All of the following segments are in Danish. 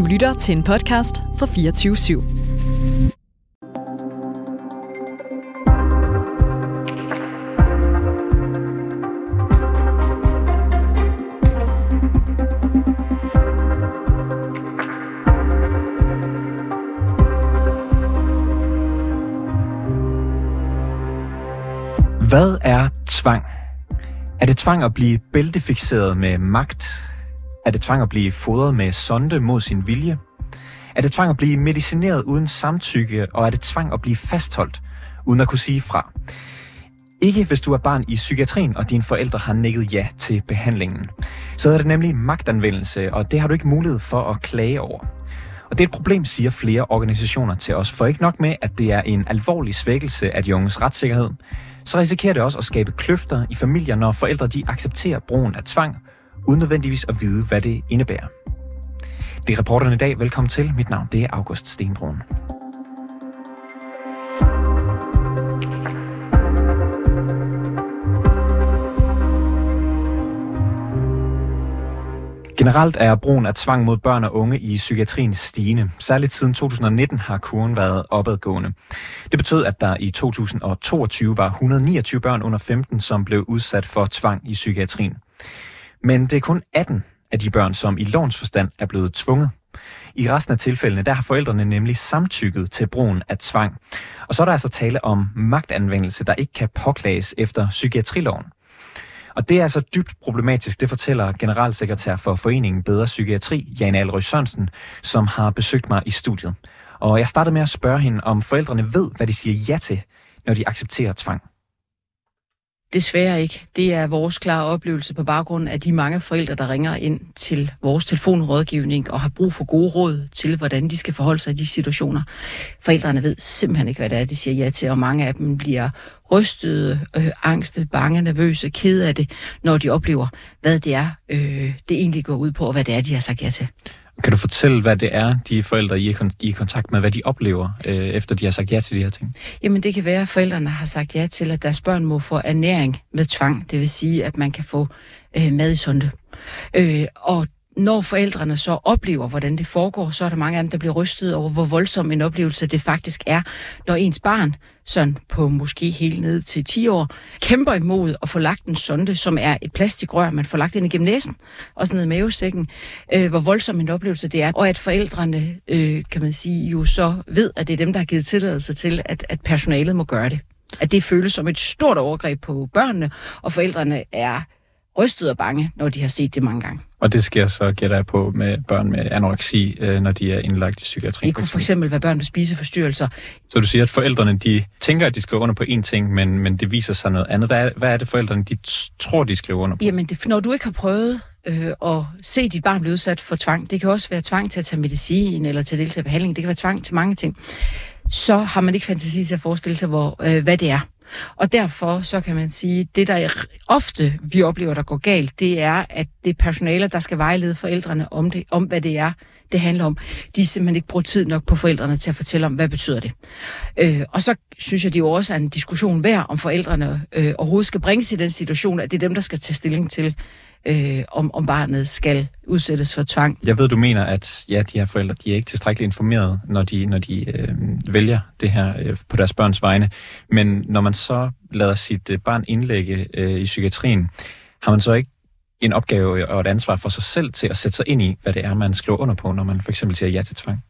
lytter til en podcast fra 24/7. Hvad er tvang? Er det tvang at blive bæltefikseret med magt? Er det tvang at blive fodret med sonde mod sin vilje? Er det tvang at blive medicineret uden samtykke? Og er det tvang at blive fastholdt uden at kunne sige fra? Ikke hvis du er barn i psykiatrien, og dine forældre har nikket ja til behandlingen. Så er det nemlig magtanvendelse, og det har du ikke mulighed for at klage over. Og det er et problem, siger flere organisationer til os, for ikke nok med, at det er en alvorlig svækkelse af de unges retssikkerhed, så risikerer det også at skabe kløfter i familier, når forældre de accepterer brugen af tvang, uden nødvendigvis at vide, hvad det indebærer. Det er reporterne i dag. Velkommen til. Mit navn det er August Stenbrun. Generelt er brugen af tvang mod børn og unge i psykiatrien stigende. Særligt siden 2019 har kurven været opadgående. Det betød, at der i 2022 var 129 børn under 15, som blev udsat for tvang i psykiatrien. Men det er kun 18 af de børn, som i lovens forstand er blevet tvunget. I resten af tilfældene, der har forældrene nemlig samtykket til brugen af tvang. Og så er der altså tale om magtanvendelse, der ikke kan påklages efter psykiatriloven. Og det er altså dybt problematisk, det fortæller generalsekretær for Foreningen Bedre Psykiatri, Jane Alrøe Sørensen, som har besøgt mig i studiet. Og jeg startede med at spørge hende, om forældrene ved, hvad de siger ja til, når de accepterer tvang. Desværre ikke. Det er vores klare oplevelse på baggrund af de mange forældre, der ringer ind til vores telefonrådgivning og har brug for gode råd til, hvordan de skal forholde sig i de situationer. Forældrene ved simpelthen ikke, hvad det er, de siger ja til, og mange af dem bliver rystede, angste, bange, nervøse, kede af det, når de oplever, hvad det er, det egentlig går ud på, og hvad det er, de har sagt ja til. Kan du fortælle, hvad det er, de forældre, I er i kontakt med, hvad de oplever, efter de har sagt ja til de her ting? Jamen, det kan være, at forældrene har sagt ja til, at deres børn må få ernæring med tvang. Det vil sige, at man kan få mad i sonde. Og når forældrene så oplever, hvordan det foregår, så er der mange af dem, der bliver rystet over, hvor voldsom en oplevelse det faktisk er, når ens barn, sådan på måske helt ned til 10 år, kæmper imod at få lagt en sonde, som er et plastikrør, man får lagt ind igennem næsen, og så ned i mavesækken, hvor voldsom en oplevelse det er, og at forældrene, kan man sige, jo så ved, at det er dem, der har givet tilladelse til, at personalet må gøre det. At det føles som et stort overgreb på børnene, og forældrene er rystet og bange, når de har set det mange gange. Og det sker så, gætter jeg på, med børn med anoreksi, når de er indlagt i psykiatrien? Det kunne for eksempel være børn med spiseforstyrrelser. Så du siger, at forældrene de tænker, at de skriver under på én ting, men det viser sig noget andet. Hvad er det, forældrene de tror, de skriver under på? Jamen, når du ikke har prøvet at se dit barn blive udsat for tvang, det kan også være tvang til at tage medicin eller til at deltage i behandling, det kan være tvang til mange ting, så har man ikke fantasi til at forestille sig, hvad det er. Og derfor så kan man sige, det der ofte vi oplever, der går galt, det er, at det personale, der skal vejlede forældrene om hvad det er, det handler om, de simpelthen ikke bruger tid nok på forældrene til at fortælle om, hvad betyder det. Og så synes jeg, det jo også er en diskussion værd, om forældrene overhovedet skal bringes i den situation, at det er dem, der skal tage stilling til, om barnet skal udsættes for tvang. Jeg ved, du mener, at de her forældre, de er ikke tilstrækkeligt informeret, når de vælger det her på deres børns vegne. Men når man så lader sit barn indlægge i psykiatrien, har man så ikke en opgave og et ansvar for sig selv til at sætte sig ind i, hvad det er, man skriver under på, når man for eksempel siger ja til tvang?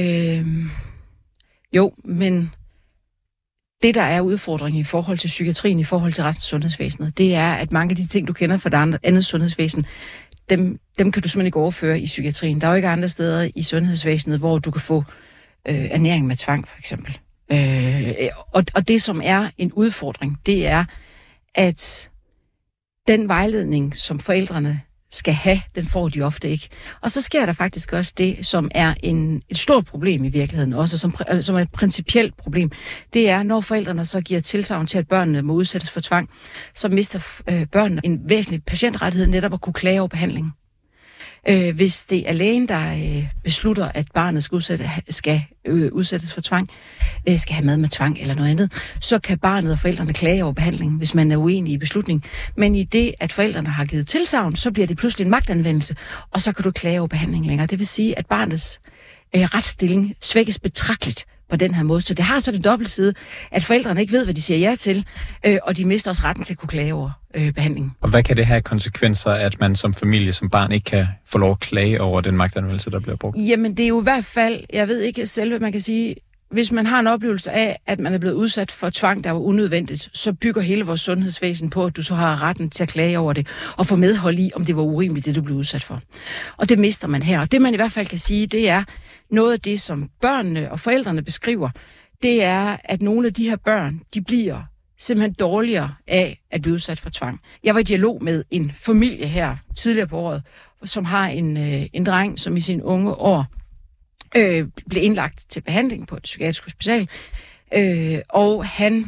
Jo, men det, der er udfordringen i forhold til psykiatrien, i forhold til resten af sundhedsvæsenet, det er, at mange af de ting, du kender fra det andet sundhedsvæsen, dem kan du simpelthen ikke overføre i psykiatrien. Der er jo ikke andre steder i sundhedsvæsenet, hvor du kan få ernæring med tvang, for eksempel. Og det, som er en udfordring, det er, at den vejledning, som forældrene skal have, den får de ofte ikke. Og så sker der faktisk også det, som er et stort problem i virkeligheden, også som er et principielt problem. Det er, når forældrene så giver tilsagn til, at børnene må udsættes for tvang, så mister børnene en væsentlig patientrettighed netop at kunne klage over behandlingen. Hvis det er lægen, der beslutter, at barnet skal udsættes for tvang, skal have mad med tvang eller noget andet, så kan barnet og forældrene klage over behandlingen, hvis man er uenig i beslutningen. Men i det, at forældrene har givet tilsagn, så bliver det pludselig en magtanvendelse, og så kan du klage over behandlingen længere. Det vil sige, at barnets retsstilling svækkes betragteligt på den her måde. Så det har så det dobbeltside, at forældrene ikke ved, hvad de siger ja til, og de mister også retten til at kunne klage over behandlingen. Og hvad kan det have konsekvenser, at man som familie, som barn ikke kan få lov at klage over den magtanvendelse, der bliver brugt? Jamen, det er jo i hvert fald, jeg ved ikke selve, man kan sige, hvis man har en oplevelse af, at man er blevet udsat for tvang, der var unødvendigt, så bygger hele vores sundhedsvæsen på, at du så har retten til at klage over det, og få medhold i, om det var urimeligt, det du blev udsat for. Og det mister man her. Og det man i hvert fald kan sige, det er noget af det, som børnene og forældrene beskriver, det er, at nogle af de her børn, de bliver simpelthen dårligere af at blive udsat for tvang. Jeg var i dialog med en familie her tidligere på året, som har en dreng, som i sine unge år blev indlagt til behandling på et psykiatrisk hospital, og han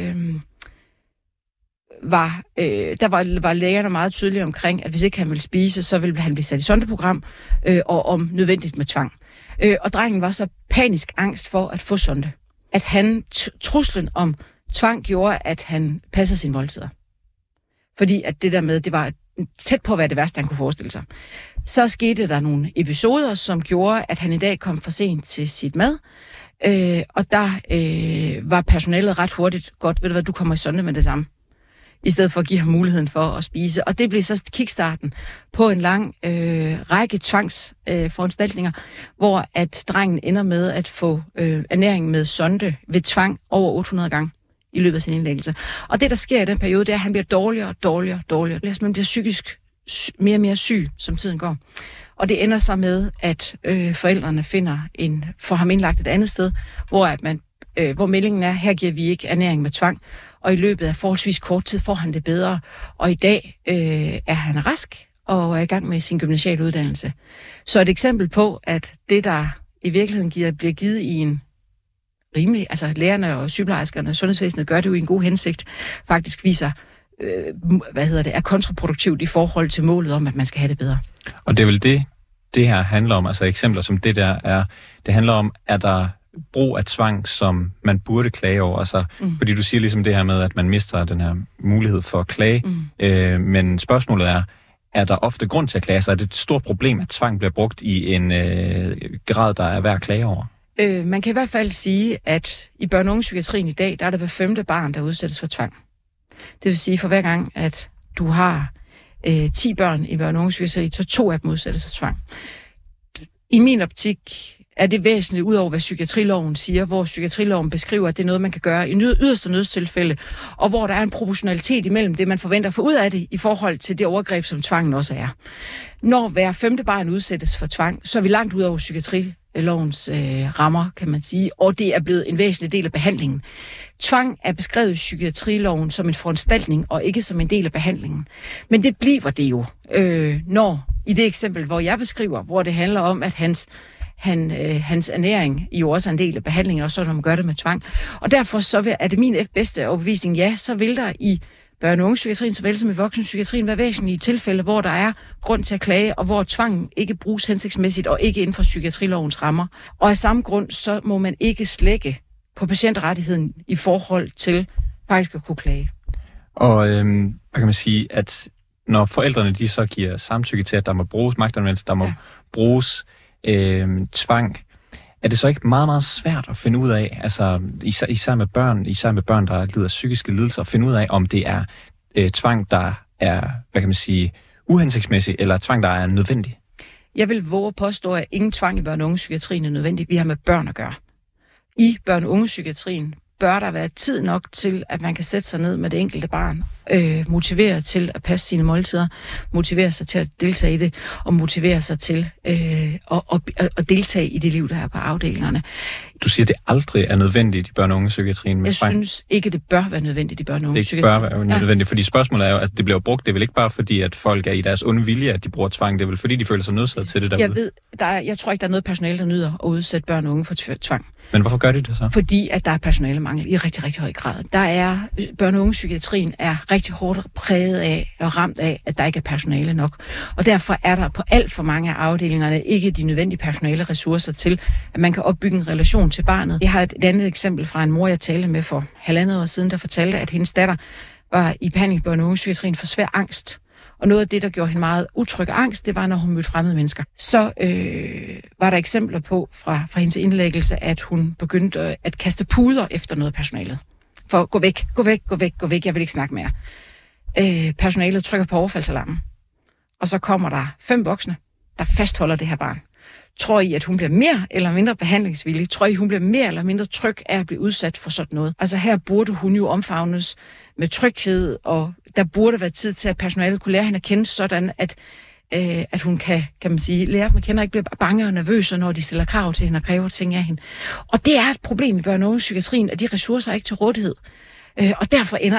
var lægerne meget tydelige omkring, at hvis ikke han ville spise, så ville han blive sat i sondeprogram, og om nødvendigt med tvang. Og drengen var så panisk angst for at få sonde, at han truslen om tvang gjorde, at han passede sine måltider. Fordi at det der med, det var tæt på at være det værste, han kunne forestille sig. Så skete der nogle episoder, som gjorde, at han i dag kom for sent til sit mad, og der var personalet ret hurtigt godt, ved du hvad, du kommer i sonde med det samme, i stedet for at give ham muligheden for at spise. Og det blev så kickstarten på en lang række tvangsforanstaltninger, hvor at drengen ender med at få ernæring med sonde ved tvang over 800 gange i løbet af sin indlæggelse. Og det, der sker i den periode, det er, at han bliver dårligere og dårligere og dårligere. Man bliver psykisk mere og mere syg, som tiden går. Og det ender så med, at forældrene får ham indlagt et andet sted, hvor meldingen er, her giver vi ikke ernæring med tvang. Og i løbet af forholdsvis kort tid får han det bedre. Og i dag er han rask og er i gang med sin gymnasiale uddannelse. Så et eksempel på, at det, der i virkeligheden bliver givet i en rimelig, altså lærerne og sygeplejerskerne og sundhedsvæsenet gør det jo i en god hensigt, faktisk viser, er kontraproduktivt i forhold til målet om, at man skal have det bedre. Og det er vel det her handler om, altså eksempler som det der er, det handler om, at der brug af tvang, som man burde klage over, altså, fordi du siger ligesom det her med, at man mister den her mulighed for at klage, men spørgsmålet er der ofte grund til at klage, så er det et stort problem, at tvang bliver brugt i en grad, der er værd at klage over? Man kan i hvert fald sige, at i børne- og ungepsykiatrien i dag, der er der hver 5. barn, der udsættes for tvang. Det vil sige, for hver gang, at du har 10 børn i børne- og ungepsykiatri, så 2 af dem udsættes for tvang. I min optik er det væsentligt, ud over hvad psykiatriloven siger, hvor psykiatriloven beskriver, at det er noget, man kan gøre i yderste nødstilfælde, og hvor der er en proportionalitet imellem det, man forventer at få ud af det, i forhold til det overgreb, som tvangen også er. Når hver 5. barn udsættes for tvang, så er vi langt ud over psykiatrilovens rammer, kan man sige, og det er blevet en væsentlig del af behandlingen. Tvang er beskrevet i psykiatriloven som en foranstaltning, og ikke som en del af behandlingen. Men det bliver det jo, når i det eksempel, hvor jeg beskriver, hvor det handler om, at hans ernæring jo også er en del af behandlingen, og så når man gør det med tvang. Og derfor så er det min bedste overbevisning, ja, så vil der i børne- og ungepsykiatrien, såvel som i voksenpsykiatrien, være væsentlige tilfælde, hvor der er grund til at klage, og hvor tvang ikke bruges hensigtsmæssigt, og ikke inden for psykiatrilovens rammer. Og af samme grund, så må man ikke slække på patientrettigheden i forhold til faktisk at kunne klage. Og hvad kan man sige, at når forældrene de så giver samtykke til, at der må bruges magtanvendelse, der må bruges tvang, er det så ikke meget, meget svært at finde ud af, altså især med børn, der lider af psykiske lidelser, at finde ud af, om det er tvang, der er, hvad kan man sige, uhensigtsmæssig, eller tvang, der er nødvendig? Jeg vil våge at påstå, at ingen tvang i børne- og ungepsykiatrien er nødvendig. Vi har med børn at gøre. I børne- og ungepsykiatrien bør der være tid nok til, at man kan sætte sig ned med det enkelte barn, motivere til at passe sine måltider, motivere sig til at deltage i det, og motivere sig til at deltage i det liv, der er på afdelingerne. Du siger, at det aldrig er nødvendigt i børne- og ungepsykiatrien med tvang? Jeg synes ikke, det bør være nødvendigt i børne- og ungepsykiatrien. Det bør være nødvendigt, fordi spørgsmålet er jo, at det bliver brugt, det er vel ikke bare fordi, at folk er i deres onde vilje, at de bruger tvang, det er vel fordi, de føler sig nødsaget til det derude? Jeg tror ikke, der er noget personale, der nyder at udsætte børn og unge for tvang. Men hvorfor gør de det så? Fordi at der er personalemangel i rigtig, rigtig høj grad. Der er børne- og ungepsykiatrien er rigtig hårdt præget af og ramt af, at der ikke er personale nok. Og derfor er der på alt for mange af afdelingerne ikke de nødvendige personale ressourcer til, at man kan opbygge en relation til barnet. Jeg har et andet eksempel fra en mor, jeg talte med for 1,5 år siden, der fortalte, at hendes datter var i behandling i børne- og ungepsykiatrien for svær angst. Og noget af det, der gjorde hende meget utryg angst, det var, når hun mødte fremmede mennesker. Så var der eksempler på fra hendes indlæggelse, at hun begyndte at kaste puder efter noget af personalet. For gå væk, jeg vil ikke snakke mere. Personalet trykker på overfaldsalarmen. Og så kommer der 5 voksne, der fastholder det her barn. Tror I, at hun bliver mere eller mindre behandlingsvillig? Tror I, hun bliver mere eller mindre tryg af at blive udsat for sådan noget? Altså her burde hun jo omfavnes med tryghed, og der burde være tid til, at personalet kunne lære hende at kende sådan, at hun kan man sige, lære dem at kende og ikke bliver bange og nervøse, når de stiller krav til hende og kræver ting af hende. Og det er et problem i børne- og ungepsykiatrien, at de ressourcer er ikke til rådighed. Og derfor ender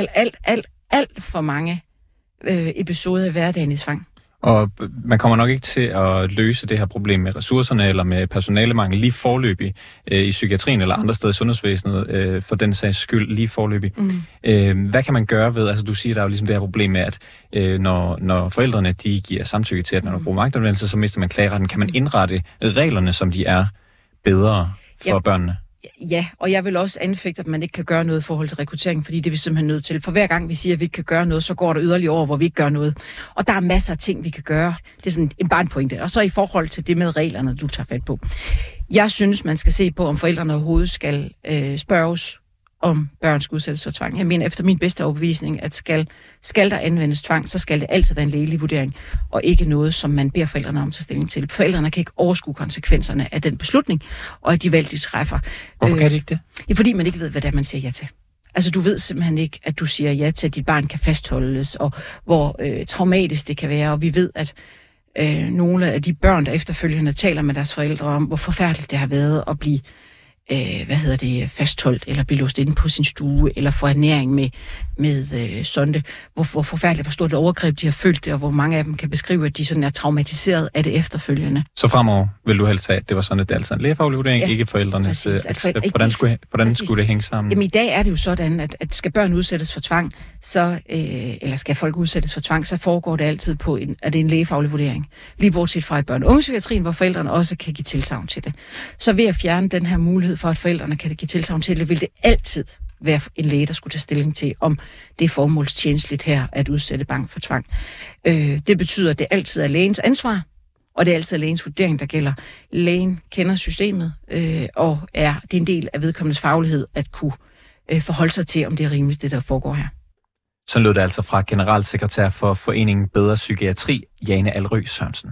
alt for mange episoder i hverdagen i tvang. Og man kommer nok ikke til at løse det her problem med ressourcerne eller med personalemangel lige forløbig i psykiatrien eller andre steder i sundhedsvæsenet, for den sags skyld lige forløbig. Hvad kan man gøre ved, altså du siger, der er jo ligesom det her problem med, at når forældrene de giver samtykke til, at når du bruger magtanvendelse, så mister man klageretten. Kan man indrette reglerne, som de er bedre for børnene? Ja, og jeg vil også anfægte, at man ikke kan gøre noget i forhold til rekruttering, fordi det er vi simpelthen nødt til. For hver gang vi siger, at vi ikke kan gøre noget, så går der yderligere over, hvor vi ikke gør noget. Og der er masser af ting, vi kan gøre. Det er sådan bare en pointe. Og så i forhold til det med reglerne, du tager fat på. Jeg synes, man skal se på, om forældrene overhovedet skal spørges, om børn skal udsættes for tvang. Jeg mener, efter min bedste overbevisning, at skal der anvendes tvang, så skal det altid være en lægelig vurdering, og ikke noget, som man beder forældrene om at tage stilling til. Forældrene kan ikke overskue konsekvenserne af den beslutning, og af de valg, de træffer. Hvorfor kan de ikke det? Ja, fordi man ikke ved, hvad det er, man siger ja til. Altså, du ved simpelthen ikke, at du siger ja til, at dit barn kan fastholdes, og hvor traumatisk det kan være, og vi ved, at nogle af de børn, der efterfølgende taler med deres forældre om, hvor forfærdeligt det har været at blive fastholdt, eller blive låst inde på sin stue, eller få ernæring med sonde. Hvor forfærdeligt, hvor stort et overgreb de har følt det, og hvor mange af dem kan beskrive, at de sådan er traumatiseret af det efterfølgende. Så fremover vil du helst have, at det var sådan, at det er altså en lægefaglig vurdering, ikke forældrenes accept. Hvordan skulle det hænge sammen? Jamen i dag er det jo sådan, at skal børn udsættes for tvang, så, eller skal folk udsættes for tvang, så foregår det altid på at det er en lægefaglig vurdering. Lige bortset fra i børne- og ungepsykiatrien, hvor forældrene også kan give tilsagn til det. Så ved at fjerne den her mulighed for, at forældrene kan give tilsagn til det, vil det altid være en læge, der skulle tage stilling til, om det er formålstjenestligt her at udsætte barn for tvang. Det betyder, at det altid er lægens ansvar, og det er altid lægens vurdering, der gælder. Lægen kender systemet, og det er en del af vedkommendes faglighed at kunne forholde sig til, om det er rimeligt, det der foregår her. Så lød det altså fra generalsekretær for Foreningen Bedre Psykiatri, Jane Alrø Sørensen.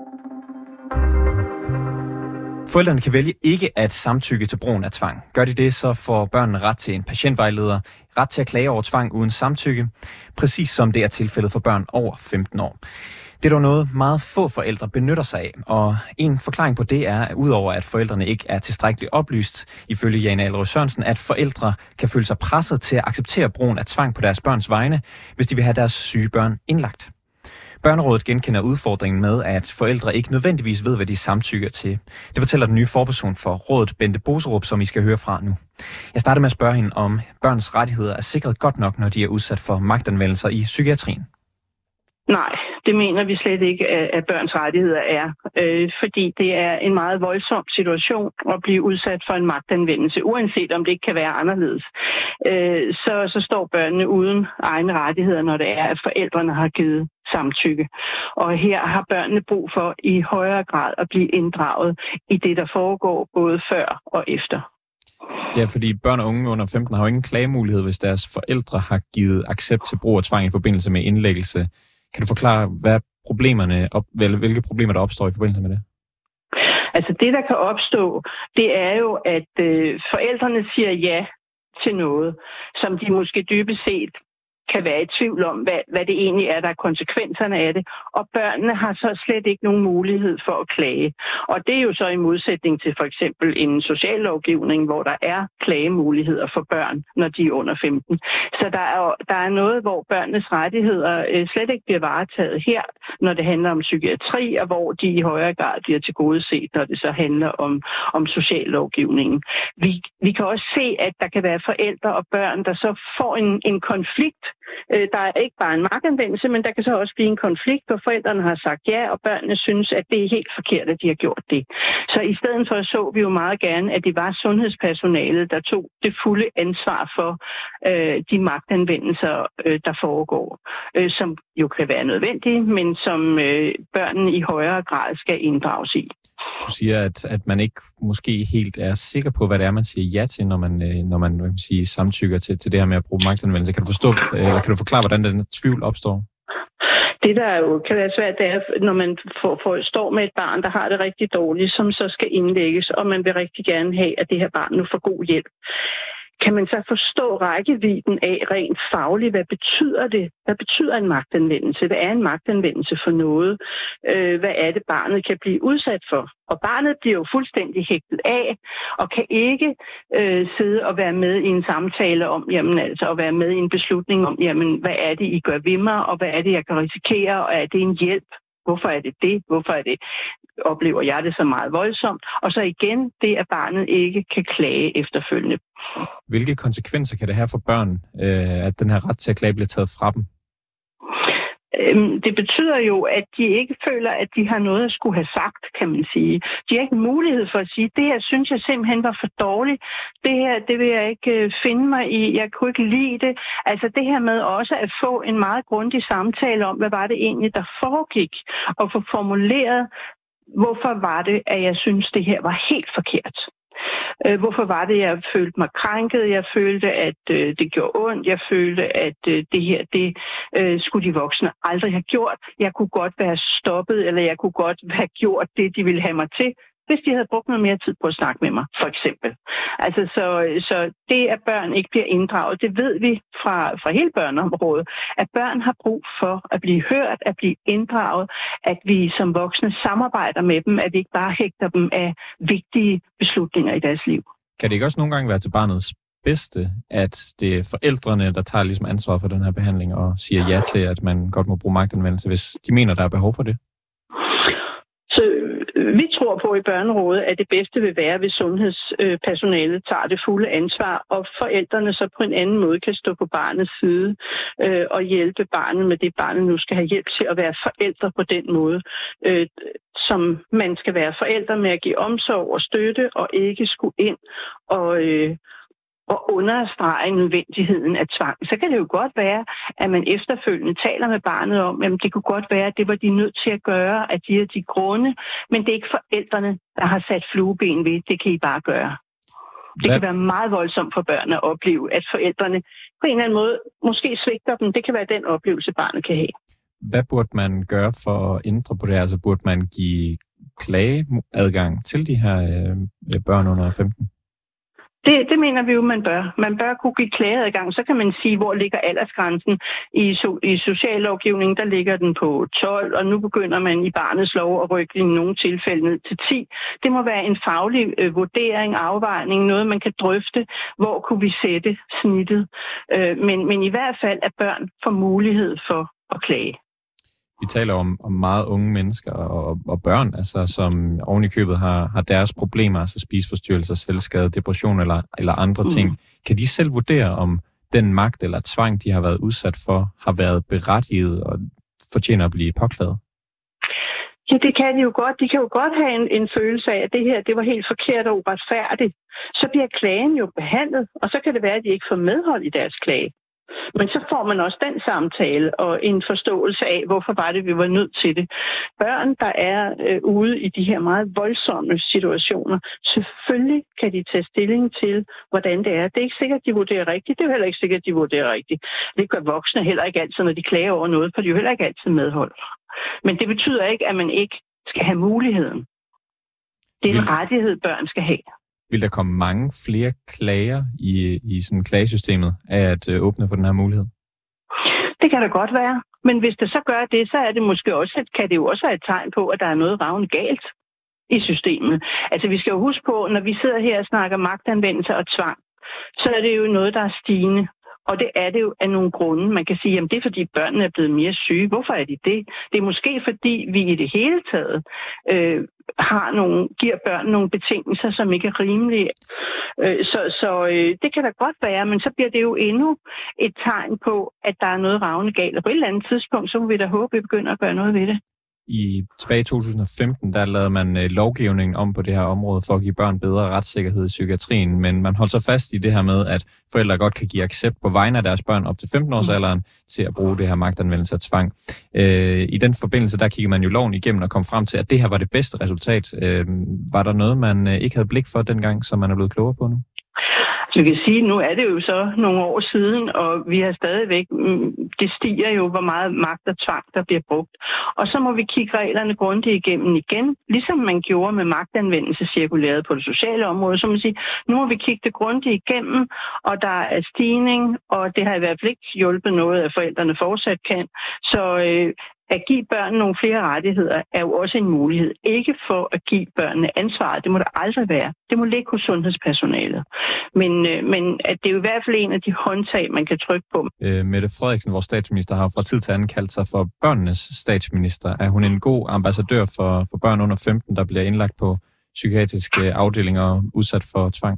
Forældrene kan vælge ikke at samtykke til brugen af tvang. Gør de det, så får børnene ret til en patientvejleder, ret til at klage over tvang uden samtykke, præcis som det er tilfældet for børn over 15 år. Det er dog noget, meget få forældre benytter sig af, og en forklaring på det er, at udover at forældrene ikke er tilstrækkeligt oplyst, ifølge Jane Alrø Sørensen, at forældre kan føle sig presset til at acceptere brugen af tvang på deres børns vegne, hvis de vil have deres syge børn indlagt. Børnerådet genkender udfordringen med, at forældre ikke nødvendigvis ved, hvad de samtykker til. Det fortæller den nye forperson for rådet, Bente Boserup, som I skal høre fra nu. Jeg starter med at spørge hende, om børns rettigheder er sikret godt nok, når de er udsat for magtanvendelser i psykiatrien. Nej, det mener vi slet ikke, at børns rettigheder er. Fordi det er en meget voldsom situation at blive udsat for en magtanvendelse, uanset om det ikke kan være anderledes. Så står børnene uden egne rettigheder, når det er, at forældrene har givet samtykke. Og her har børnene brug for i højere grad at blive inddraget i det, der foregår både før og efter. Ja, fordi børn og unge under 15 har jo ingen klagemulighed, hvis deres forældre har givet accept til brug af tvang i forbindelse med indlæggelse. Kan du forklare, hvilke problemer der opstår i forbindelse med det? Altså det, der kan opstå, det er jo, at forældrene siger ja til noget, som de måske dybest set kan være i tvivl om, hvad det egentlig er, der er konsekvenserne af det. Og børnene har så slet ikke nogen mulighed for at klage. Og det er jo så i modsætning til for eksempel en sociallovgivning, hvor der er klagemuligheder for børn, når de er under 15. Så der er noget, hvor børnenes rettigheder slet ikke bliver varetaget her, når det handler om psykiatri, og hvor de i højere grad bliver tilgodeset, når det så handler om sociallovgivningen. Vi kan også se, at der kan være forældre og børn, der så får en konflikt Der er ikke bare en magtanvendelse, men der kan så også blive en konflikt, hvor forældrene har sagt ja, og børnene synes, at det er helt forkert, at de har gjort det. Så i stedet for så vi jo meget gerne, at det var sundhedspersonalet, der tog det fulde ansvar for de magtanvendelser, der foregår, som jo kan være nødvendige, men som børnene i højere grad skal inddrages i. Du siger, at man ikke måske helt er sikker på, hvad det er, man siger ja til, når man vil sige, samtykker til det her med at bruge magtanvendelse. Kan du forstå, eller kan du forklare, hvordan den tvivl opstår? Det, der jo kan være svært, det er, når man står med et barn, der har det rigtig dårligt, som så skal indlægges, og man vil rigtig gerne have, at det her barn nu får god hjælp. Kan man så forstå rækkevidden af rent fagligt, hvad betyder det? Hvad betyder en magtanvendelse? Hvad er en magtanvendelse for noget? Hvad er det, barnet kan blive udsat for? Og barnet bliver jo fuldstændig hægtet af, og kan ikke sidde og være med i en samtale om, jamen altså, at være med i en beslutning om, jamen, hvad er det, I gør ved mig, og hvad er det, jeg kan risikere, og er det en hjælp? Hvorfor er det det? Hvorfor er det? Oplever jeg det så meget voldsomt? Og så igen, det at barnet ikke kan klage efterfølgende. Hvilke konsekvenser kan det have for børn, at den her ret til at klage bliver taget fra dem? Det betyder jo, at de ikke føler, at de har noget at skulle have sagt, kan man sige. De har ikke mulighed for at sige, det her synes jeg simpelthen var for dårligt. Det her, det vil jeg ikke finde mig i. Jeg kunne ikke lide det. Altså det her med også at få en meget grundig samtale om, hvad var det egentlig, der foregik, og få formuleret, hvorfor var det, at jeg synes, det her var helt forkert. Hvorfor var det, jeg følte mig krænket? Jeg følte, at det gjorde ondt. Jeg følte, at det her, det skulle de voksne aldrig have gjort. Jeg kunne godt være stoppet, eller jeg kunne godt have gjort det, de ville have mig til, hvis de havde brugt noget mere tid på at snakke med mig, for eksempel. Altså, så det, at børn ikke bliver inddraget, det ved vi fra hele børneområdet, at børn har brug for at blive hørt, at blive inddraget, at vi som voksne samarbejder med dem, at vi ikke bare hægter dem af vigtige beslutninger i deres liv. Kan det ikke også nogle gange være til barnets bedste, at det er forældrene, der tager ligesom ansvar for den her behandling og siger ja til, at man godt må bruge magtanvendelse, hvis de mener, der er behov for det? Vi tror på i børnerådet, at det bedste vil være, hvis sundhedspersonalet tager det fulde ansvar, og forældrene så på en anden måde kan stå på barnets side og hjælpe barnet med det, barnet nu skal have hjælp til at være forældre på den måde, som man skal være forældre med at give omsorg og støtte, og ikke skulle ind og understrege nødvendigheden af tvang. Så kan det jo godt være, at man efterfølgende taler med barnet om, at det kunne godt være, at det var de nødt til at gøre af de grunde, men det er ikke forældrene, der har sat flueben ved. Det kan I bare gøre. Det kan være meget voldsomt for børn at opleve, at forældrene på en eller anden måde måske svigter dem. Det kan være den oplevelse, barnet kan have. Hvad burde man gøre for at ændre på det? Altså burde man give klageadgang til de her børn under 15? Det mener vi jo, man bør. Man bør kunne give klageadgang. Så kan man sige, hvor ligger aldersgrænsen. I sociallovgivningen, der ligger den på 12, og nu begynder man i barnets lov at rykke i nogle tilfælde ned til 10. Det må være en faglig vurdering, afvejning, noget man kan drøfte, hvor kunne vi sætte snittet. Men i hvert fald, at børn får mulighed for at klage. Vi taler om meget unge mennesker og børn, altså, som oven i købet har deres problemer, altså spiseforstyrrelser, selvskade, depression eller andre ting. Kan de selv vurdere, om den magt eller tvang, de har været udsat for, har været berettiget og fortjener at blive påklaget? Ja, det kan de jo godt. De kan jo godt have en følelse af, at det her, det var helt forkert og uretfærdigt. Så bliver klagen jo behandlet, og så kan det være, at de ikke får medhold i deres klage. Men så får man også den samtale og en forståelse af, hvorfor var det, vi var nødt til det. Børn, der er ude i de her meget voldsomme situationer, selvfølgelig kan de tage stilling til, hvordan det er. Det er ikke sikkert, at de vurderer rigtigt. Det er jo heller ikke sikkert, at de vurderer rigtigt. Det gør voksne heller ikke altid, når de klager over noget, for de er jo heller ikke altid medhold. Men det betyder ikke, at man ikke skal have muligheden. Det er en rettighed, børn skal have. Vil der komme mange flere klager i sådan klagesystemet af at åbne for den her mulighed? Det kan da godt være. Men hvis det så gør det, så er det måske også, kan det jo også være et tegn på, at der er noget ravne galt i systemet. Altså vi skal jo huske på, når vi sidder her og snakker magtanvendelse og tvang, så er det jo noget, der er stigende. Og det er det jo af nogle grunde. Man kan sige, at det er fordi børnene er blevet mere syge. Hvorfor er de det? Det er måske fordi vi i det hele taget giver børn nogle betingelser, som ikke er rimelige. Så det kan da godt være, men så bliver det jo endnu et tegn på, at der er noget ravne galt. Og på et eller andet tidspunkt, så må vi da håbe, at vi begynder at gøre noget ved det. Tilbage i 2015, der lavede man lovgivningen om på det her område for at give børn bedre retssikkerhed i psykiatrien, men man holdt så fast i det her med, at forældre godt kan give accept på vegne af deres børn op til 15-årsalderen til at bruge det her magtanvendelse af tvang. I den forbindelse, der kiggede man jo loven igennem og kom frem til, at det her var det bedste resultat. Var der noget, man ikke havde blik for dengang, som man er blevet klogere på nu? Så vi kan sige, at nu er det jo så nogle år siden, og vi har stadigvæk, det stiger jo, hvor meget magt og tvang, der bliver brugt. Og så må vi kigge reglerne grundigt igennem igen, ligesom man gjorde med magtanvendelse cirkuleret på det sociale område. Så må man sige, nu må vi kigge det grundigt igennem, og der er stigning, og det har i hvert fald ikke hjulpet noget, at forældrene fortsat kan. Så at give børnene nogle flere rettigheder er jo også en mulighed. Ikke for at give børnene ansvaret, det må der aldrig være. Det må ligge hos sundhedspersonalet. Men at det er jo i hvert fald en af de håndtag, man kan trykke på. Mette Frederiksen, vores statsminister, har fra tid til anden kaldt sig for børnenes statsminister. Er hun en god ambassadør for børn under 15, der bliver indlagt på psykiatriske afdelinger og udsat for tvang?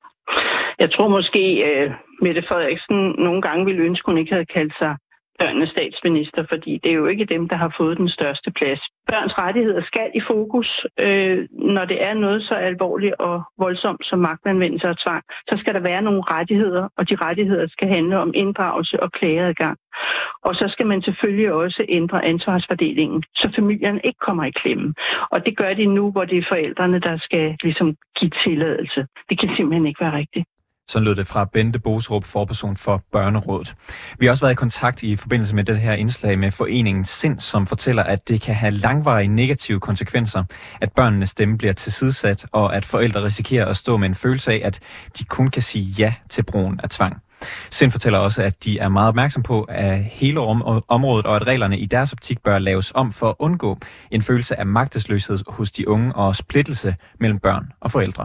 Jeg tror måske, Mette Frederiksen nogle gange ville ønske, hun ikke havde kaldt sig børnenes statsminister, fordi det er jo ikke dem, der har fået den største plads. Børns rettigheder skal i fokus, når det er noget så alvorligt og voldsomt som magtanvendelse og tvang. Så skal der være nogle rettigheder, og de rettigheder skal handle om inddragelse og klageadgang. Og så skal man selvfølgelig også ændre ansvarsfordelingen, så familierne ikke kommer i klemme. Og det gør de nu, hvor det er forældrene, der skal ligesom give tilladelse. Det kan simpelthen ikke være rigtigt. Sådan lød det fra Bente Boserup, forperson for Børnerådet. Vi har også været i kontakt i forbindelse med det her indslag med foreningen SIND, som fortæller, at det kan have langvarige negative konsekvenser, at børnenes stemme bliver tilsidesat, og at forældre risikerer at stå med en følelse af, at de kun kan sige ja til brugen af tvang. SIND fortæller også, at de er meget opmærksom på at hele området, og at reglerne i deres optik bør laves om for at undgå en følelse af magtesløshed hos de unge og splittelse mellem børn og forældre.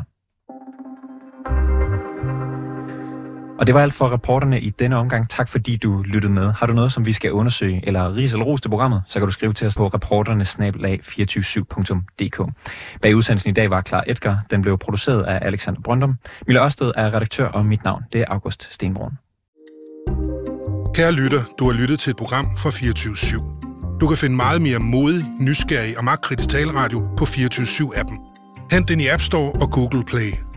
Og det var alt for reporterne i denne omgang. Tak fordi du lyttede med. Har du noget, som vi skal undersøge, eller ris eller ros til programmet, så kan du skrive til os på reporterne@247.dk. Bag udsendelsen i dag var Clara Edgar. Den blev produceret af Alexander Brøndum. Mille Ørsted er redaktør, og mit navn det er August Stenbrun. Kære lytter, du har lyttet til et program fra 24/7. Du kan finde meget mere modig, nysgerrig og magtkritisk taleradio på 24/7-appen. Hent den i App Store og Google Play.